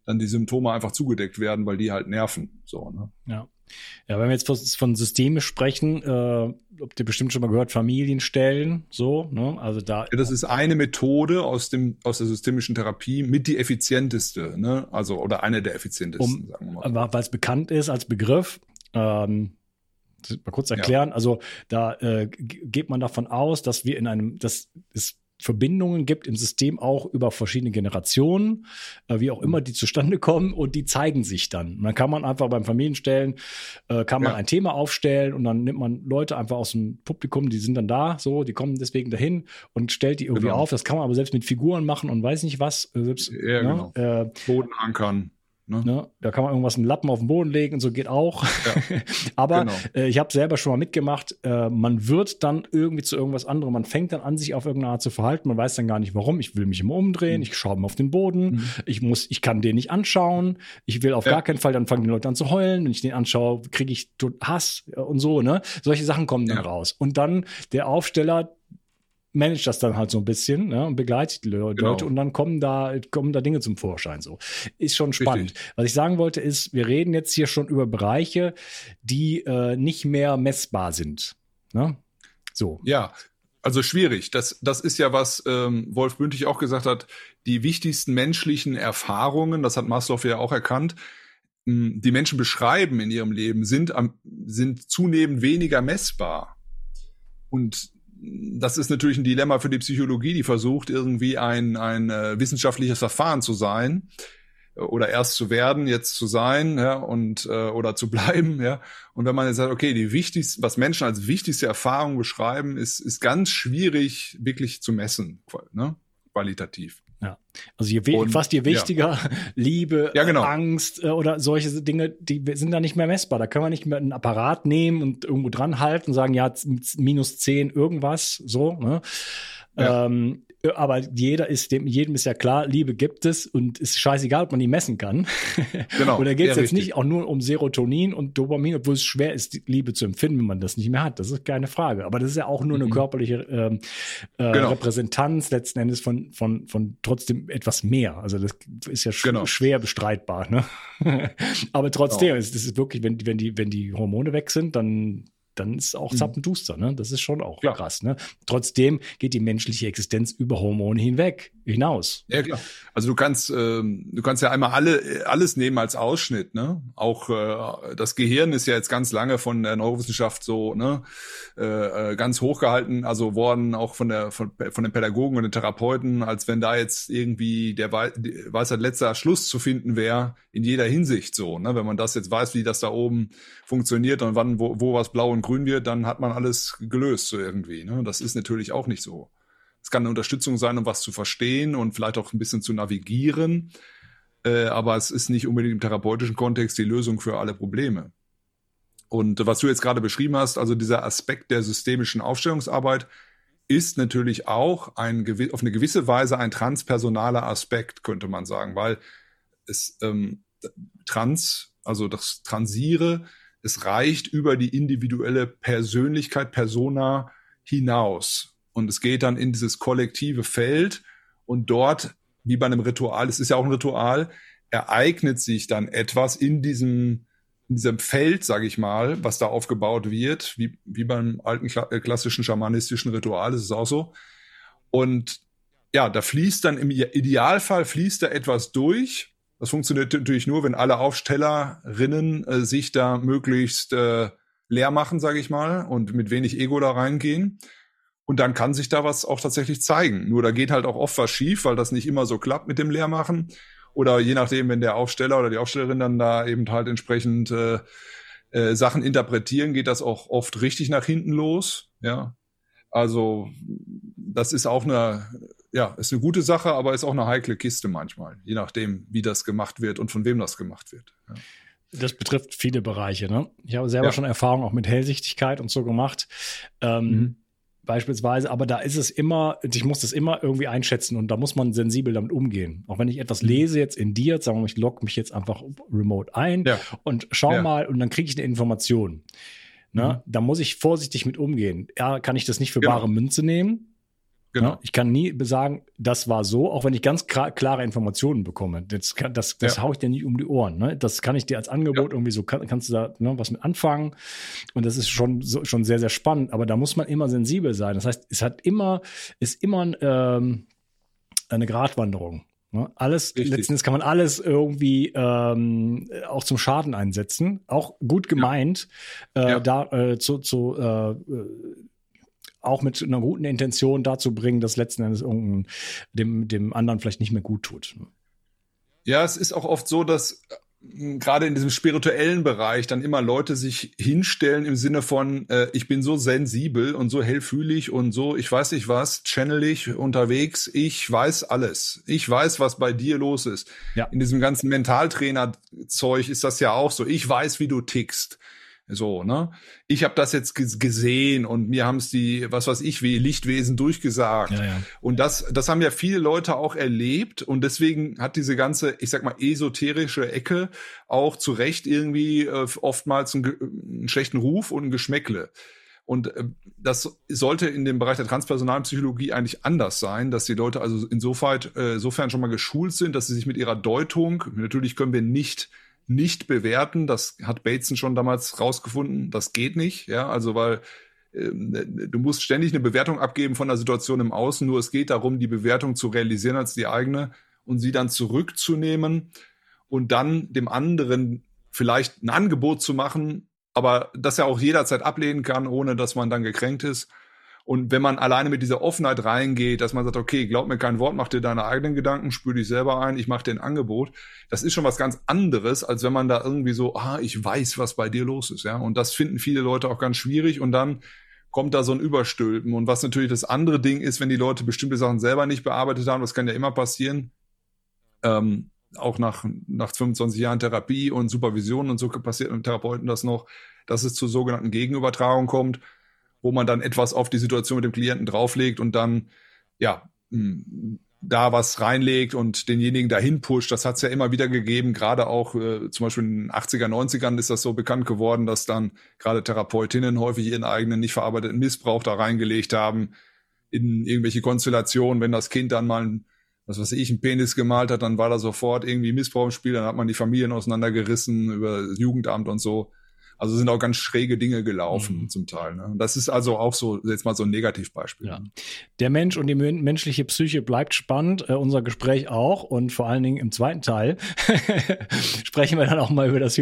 dann die Symptome einfach zugedeckt werden, weil die halt nerven. So, ne? Ja. Ja, wenn wir jetzt von Systeme sprechen, habt ihr bestimmt schon mal gehört, Familienstellen, so, ne? Also da. Ja, das ist eine Methode aus der systemischen Therapie mit die effizienteste, ne? Also, oder eine der effizientesten, sagen wir mal. Weil es bekannt ist als Begriff, mal kurz erklären, also da geht man davon aus, dass dass es Verbindungen gibt im System auch über verschiedene Generationen, wie auch immer die zustande kommen, und die zeigen sich dann. Und dann kann man einfach beim Familienstellen, ein Thema aufstellen, und dann nimmt man Leute einfach aus dem Publikum, die sind dann da, so, die kommen deswegen dahin und stellt die irgendwie auf. Das kann man aber selbst mit Figuren machen und weiß nicht was. Selbst, genau. Boden ankern. Ne? Da kann man irgendwas einen Lappen auf den Boden legen und so, geht auch. Ja. Aber ich habe selber schon mal mitgemacht, man wird dann irgendwie zu irgendwas anderem, man fängt dann an, sich auf irgendeine Art zu verhalten, man weiß dann gar nicht warum, ich will mich immer umdrehen, ich schaue mal auf den Boden, ich kann den nicht anschauen, ich will auf gar keinen Fall, dann fangen die Leute an zu heulen, wenn ich den anschaue, kriege ich Hass und so, ne? Solche Sachen kommen dann raus. Und dann der Aufsteller managt das dann halt so ein bisschen, ne, und begleitet die Leute, und dann kommen da Dinge zum Vorschein. So ist schon spannend. Richtig. Was ich sagen wollte ist, wir reden jetzt hier schon über Bereiche, die nicht mehr messbar sind. Ne? So. Ja, also schwierig. Das ist ja, was Wolf Bündig auch gesagt hat, die wichtigsten menschlichen Erfahrungen, das hat Maslow ja auch erkannt, die Menschen beschreiben in ihrem Leben, sind zunehmend weniger messbar. Und das ist natürlich ein Dilemma für die Psychologie, die versucht, irgendwie ein wissenschaftliches Verfahren zu sein oder erst zu werden, jetzt zu sein, ja, und oder zu bleiben, ja. Und wenn man jetzt sagt, okay, was Menschen als wichtigste Erfahrung beschreiben, ist ganz schwierig wirklich zu messen, ne? Qualitativ. Ja, also je wichtiger, Liebe, Angst oder solche Dinge, die sind da nicht mehr messbar. Da kann man nicht mehr einen Apparat nehmen und irgendwo dran halten und sagen, ja, -10 irgendwas, so, ne? Ja. Aber jedem ist ja klar, Liebe gibt es, und ist scheißegal, ob man die messen kann. Genau. Und da geht es jetzt nicht auch nur um Serotonin und Dopamin, obwohl es schwer ist, die Liebe zu empfinden, wenn man das nicht mehr hat. Das ist keine Frage. Aber das ist ja auch nur eine körperliche Repräsentanz letzten Endes von trotzdem etwas mehr. Also das ist ja schwer bestreitbar. Ne? Aber trotzdem, es ist wirklich, wenn die Hormone weg sind, dann ist es auch zappenduster, ne? Das ist schon auch krass, ne? Trotzdem geht die menschliche Existenz über Hormone hinaus. Ja, klar. Also du kannst ja einmal alles nehmen als Ausschnitt, ne? Auch das Gehirn ist ja jetzt ganz lange von der Neurowissenschaft so, ne, ganz hochgehalten, also worden auch von den Pädagogen und den Therapeuten, als wenn da jetzt irgendwie der Weisheit letzter Schluss zu finden wäre, in jeder Hinsicht so, ne? Wenn man das jetzt weiß, wie das da oben funktioniert und wann, wo was blau und grün wird, dann hat man alles gelöst so irgendwie, ne? Das ist natürlich auch nicht so. Es kann eine Unterstützung sein, um was zu verstehen und vielleicht auch ein bisschen zu navigieren, aber es ist nicht unbedingt im therapeutischen Kontext die Lösung für alle Probleme. Und was du jetzt gerade beschrieben hast, also dieser Aspekt der systemischen Aufstellungsarbeit, ist natürlich auch auf eine gewisse Weise ein transpersonaler Aspekt, könnte man sagen, weil es also das Transiere, es reicht über die individuelle Persönlichkeit, Persona hinaus. Und es geht dann in dieses kollektive Feld, und dort, wie bei einem Ritual, es ist ja auch ein Ritual, ereignet sich dann etwas in diesem Feld, sage ich mal, was da aufgebaut wird, wie beim alten klassischen schamanistischen Ritual, ist es auch so. Und ja, da fließt dann im Idealfall da etwas durch. Das funktioniert natürlich nur, wenn alle Aufstellerinnen sich da möglichst leer machen, sage ich mal, und mit wenig Ego da reingehen. Und dann kann sich da was auch tatsächlich zeigen. Nur da geht halt auch oft was schief, weil das nicht immer so klappt mit dem Leermachen. Oder je nachdem, wenn der Aufsteller oder die Aufstellerin dann da eben halt entsprechend Sachen interpretieren, geht das auch oft richtig nach hinten los. Ja, also das ist auch ist eine gute Sache, aber ist auch eine heikle Kiste manchmal, je nachdem, wie das gemacht wird und von wem das gemacht wird. Ja. Das betrifft viele Bereiche, ne? Ich habe selber schon Erfahrung auch mit Hellsichtigkeit und so gemacht. Beispielsweise, aber da ist es immer, ich muss das immer irgendwie einschätzen, und da muss man sensibel damit umgehen. Auch wenn ich etwas lese jetzt in dir, sagen wir mal, ich logge mich jetzt einfach remote ein und schau mal, und dann kriege ich eine Information. Ne? Da muss ich vorsichtig mit umgehen. Ja, kann ich das nicht für bare Münze nehmen? Genau. Ja, ich kann nie sagen, das war so, auch wenn ich ganz klare Informationen bekomme. Das haue ich dir nicht um die Ohren. Ne? Das kann ich dir als Angebot irgendwie so, kannst du da was mit anfangen. Und das ist schon sehr, sehr spannend. Aber da muss man immer sensibel sein. Das heißt, ist immer eine Gratwanderung. Ne? Letztendlich kann man alles irgendwie auch zum Schaden einsetzen. Auch gut gemeint, auch mit einer guten Intention dazu bringen, dass letzten Endes dem anderen vielleicht nicht mehr gut tut. Ja, es ist auch oft so, dass gerade in diesem spirituellen Bereich dann immer Leute sich hinstellen im Sinne von, ich bin so sensibel und so hellfühlig und so, ich weiß nicht was, channelig unterwegs, ich weiß alles. Ich weiß, was bei dir los ist. Ja. In diesem ganzen Mentaltrainer-Zeug ist das ja auch so. Ich weiß, wie du tickst. So, ne? Ich habe das jetzt gesehen und mir haben es die, was weiß ich, wie Lichtwesen durchgesagt. Ja. Und das haben ja viele Leute auch erlebt und deswegen hat diese ganze, ich sag mal, esoterische Ecke auch zu Recht irgendwie oftmals einen schlechten Ruf und ein Geschmäckle. Und das sollte in dem Bereich der transpersonalen Psychologie eigentlich anders sein, dass die Leute also insofern schon mal geschult sind, dass sie sich mit ihrer Deutung, natürlich können wir nicht bewerten, das hat Bateson schon damals rausgefunden, das geht nicht, ja, also weil du musst ständig eine Bewertung abgeben von der Situation im Außen, nur es geht darum, die Bewertung zu realisieren als die eigene und sie dann zurückzunehmen und dann dem anderen vielleicht ein Angebot zu machen, aber das er auch jederzeit ablehnen kann, ohne dass man dann gekränkt ist. Und wenn man alleine mit dieser Offenheit reingeht, dass man sagt, okay, glaub mir kein Wort, mach dir deine eigenen Gedanken, spür dich selber ein, ich mache dir ein Angebot, das ist schon was ganz anderes, als wenn man da irgendwie so, ich weiß, was bei dir los ist, ja. Und das finden viele Leute auch ganz schwierig und dann kommt da so ein Überstülpen. Und was natürlich das andere Ding ist, wenn die Leute bestimmte Sachen selber nicht bearbeitet haben, das kann ja immer passieren, auch nach 25 Jahren Therapie und Supervision und so passiert mit Therapeuten das noch, dass es zu sogenannten Gegenübertragungen kommt, wo man dann etwas auf die Situation mit dem Klienten drauflegt und dann, da was reinlegt und denjenigen dahin pusht. Das hat es ja immer wieder gegeben, gerade auch zum Beispiel in den 80er, 90ern ist das so bekannt geworden, dass dann gerade Therapeutinnen häufig ihren eigenen nicht verarbeiteten Missbrauch da reingelegt haben in irgendwelche Konstellationen. Wenn das Kind dann mal einen Penis gemalt hat, dann war da sofort irgendwie Missbrauch im Spiel, dann hat man die Familien auseinandergerissen über das Jugendamt und so. Also sind auch ganz schräge Dinge gelaufen zum Teil. Ne? Und das ist also auch so, jetzt mal so ein Negativbeispiel. Ja. Der Mensch und die menschliche Psyche bleibt spannend, unser Gespräch auch. Und vor allen Dingen im zweiten Teil sprechen wir dann auch mal über das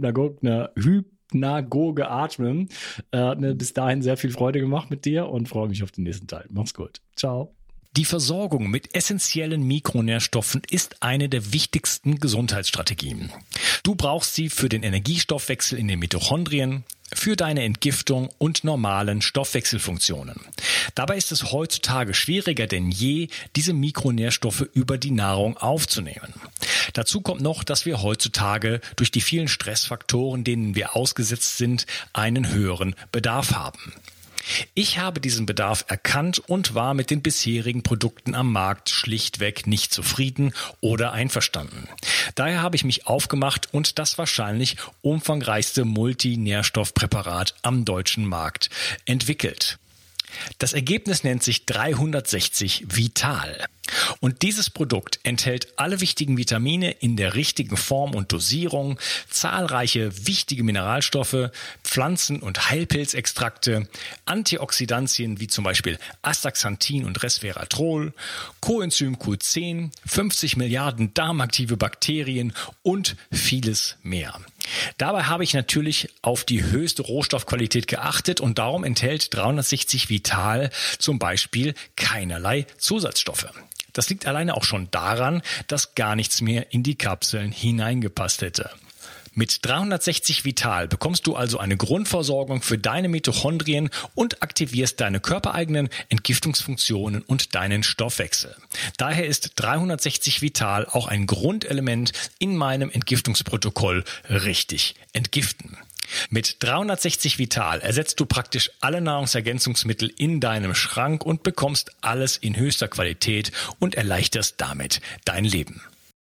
hypnagoge Atmen. Bis dahin sehr viel Freude gemacht mit dir und freue mich auf den nächsten Teil. Mach's gut. Ciao. Die Versorgung mit essentiellen Mikronährstoffen ist eine der wichtigsten Gesundheitsstrategien. Du brauchst sie für den Energiestoffwechsel in den Mitochondrien, für deine Entgiftung und normalen Stoffwechselfunktionen. Dabei ist es heutzutage schwieriger denn je, diese Mikronährstoffe über die Nahrung aufzunehmen. Dazu kommt noch, dass wir heutzutage durch die vielen Stressfaktoren, denen wir ausgesetzt sind, einen höheren Bedarf haben. Ich habe diesen Bedarf erkannt und war mit den bisherigen Produkten am Markt schlichtweg nicht zufrieden oder einverstanden. Daher habe ich mich aufgemacht und das wahrscheinlich umfangreichste Multinährstoffpräparat am deutschen Markt entwickelt. Das Ergebnis nennt sich 360 Vital. Und dieses Produkt enthält alle wichtigen Vitamine in der richtigen Form und Dosierung, zahlreiche wichtige Mineralstoffe, Pflanzen- und Heilpilzextrakte, Antioxidantien wie zum Beispiel Astaxanthin und Resveratrol, Coenzym Q10, 50 Milliarden darmaktive Bakterien und vieles mehr. Dabei habe ich natürlich auf die höchste Rohstoffqualität geachtet und darum enthält 360 Vital zum Beispiel keinerlei Zusatzstoffe. Das liegt alleine auch schon daran, dass gar nichts mehr in die Kapseln hineingepasst hätte. Mit 360 Vital bekommst du also eine Grundversorgung für deine Mitochondrien und aktivierst deine körpereigenen Entgiftungsfunktionen und deinen Stoffwechsel. Daher ist 360 Vital auch ein Grundelement in meinem Entgiftungsprotokoll richtig entgiften. Mit 360 Vital ersetzt du praktisch alle Nahrungsergänzungsmittel in deinem Schrank und bekommst alles in höchster Qualität und erleichterst damit dein Leben.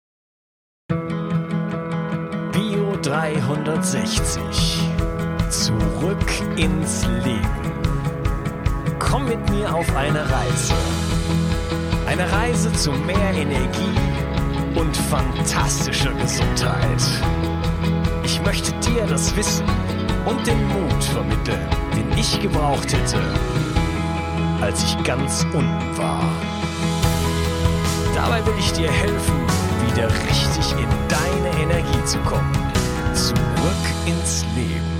Bio 360. Zurück ins Leben. Komm mit mir auf eine Reise. Eine Reise zu mehr Energie und fantastischer Gesundheit. Ich möchte dir das Wissen und den Mut vermitteln, den ich gebraucht hätte, als ich ganz unten war. Dabei will ich dir helfen, wieder richtig in deine Energie zu kommen. Zurück ins Leben.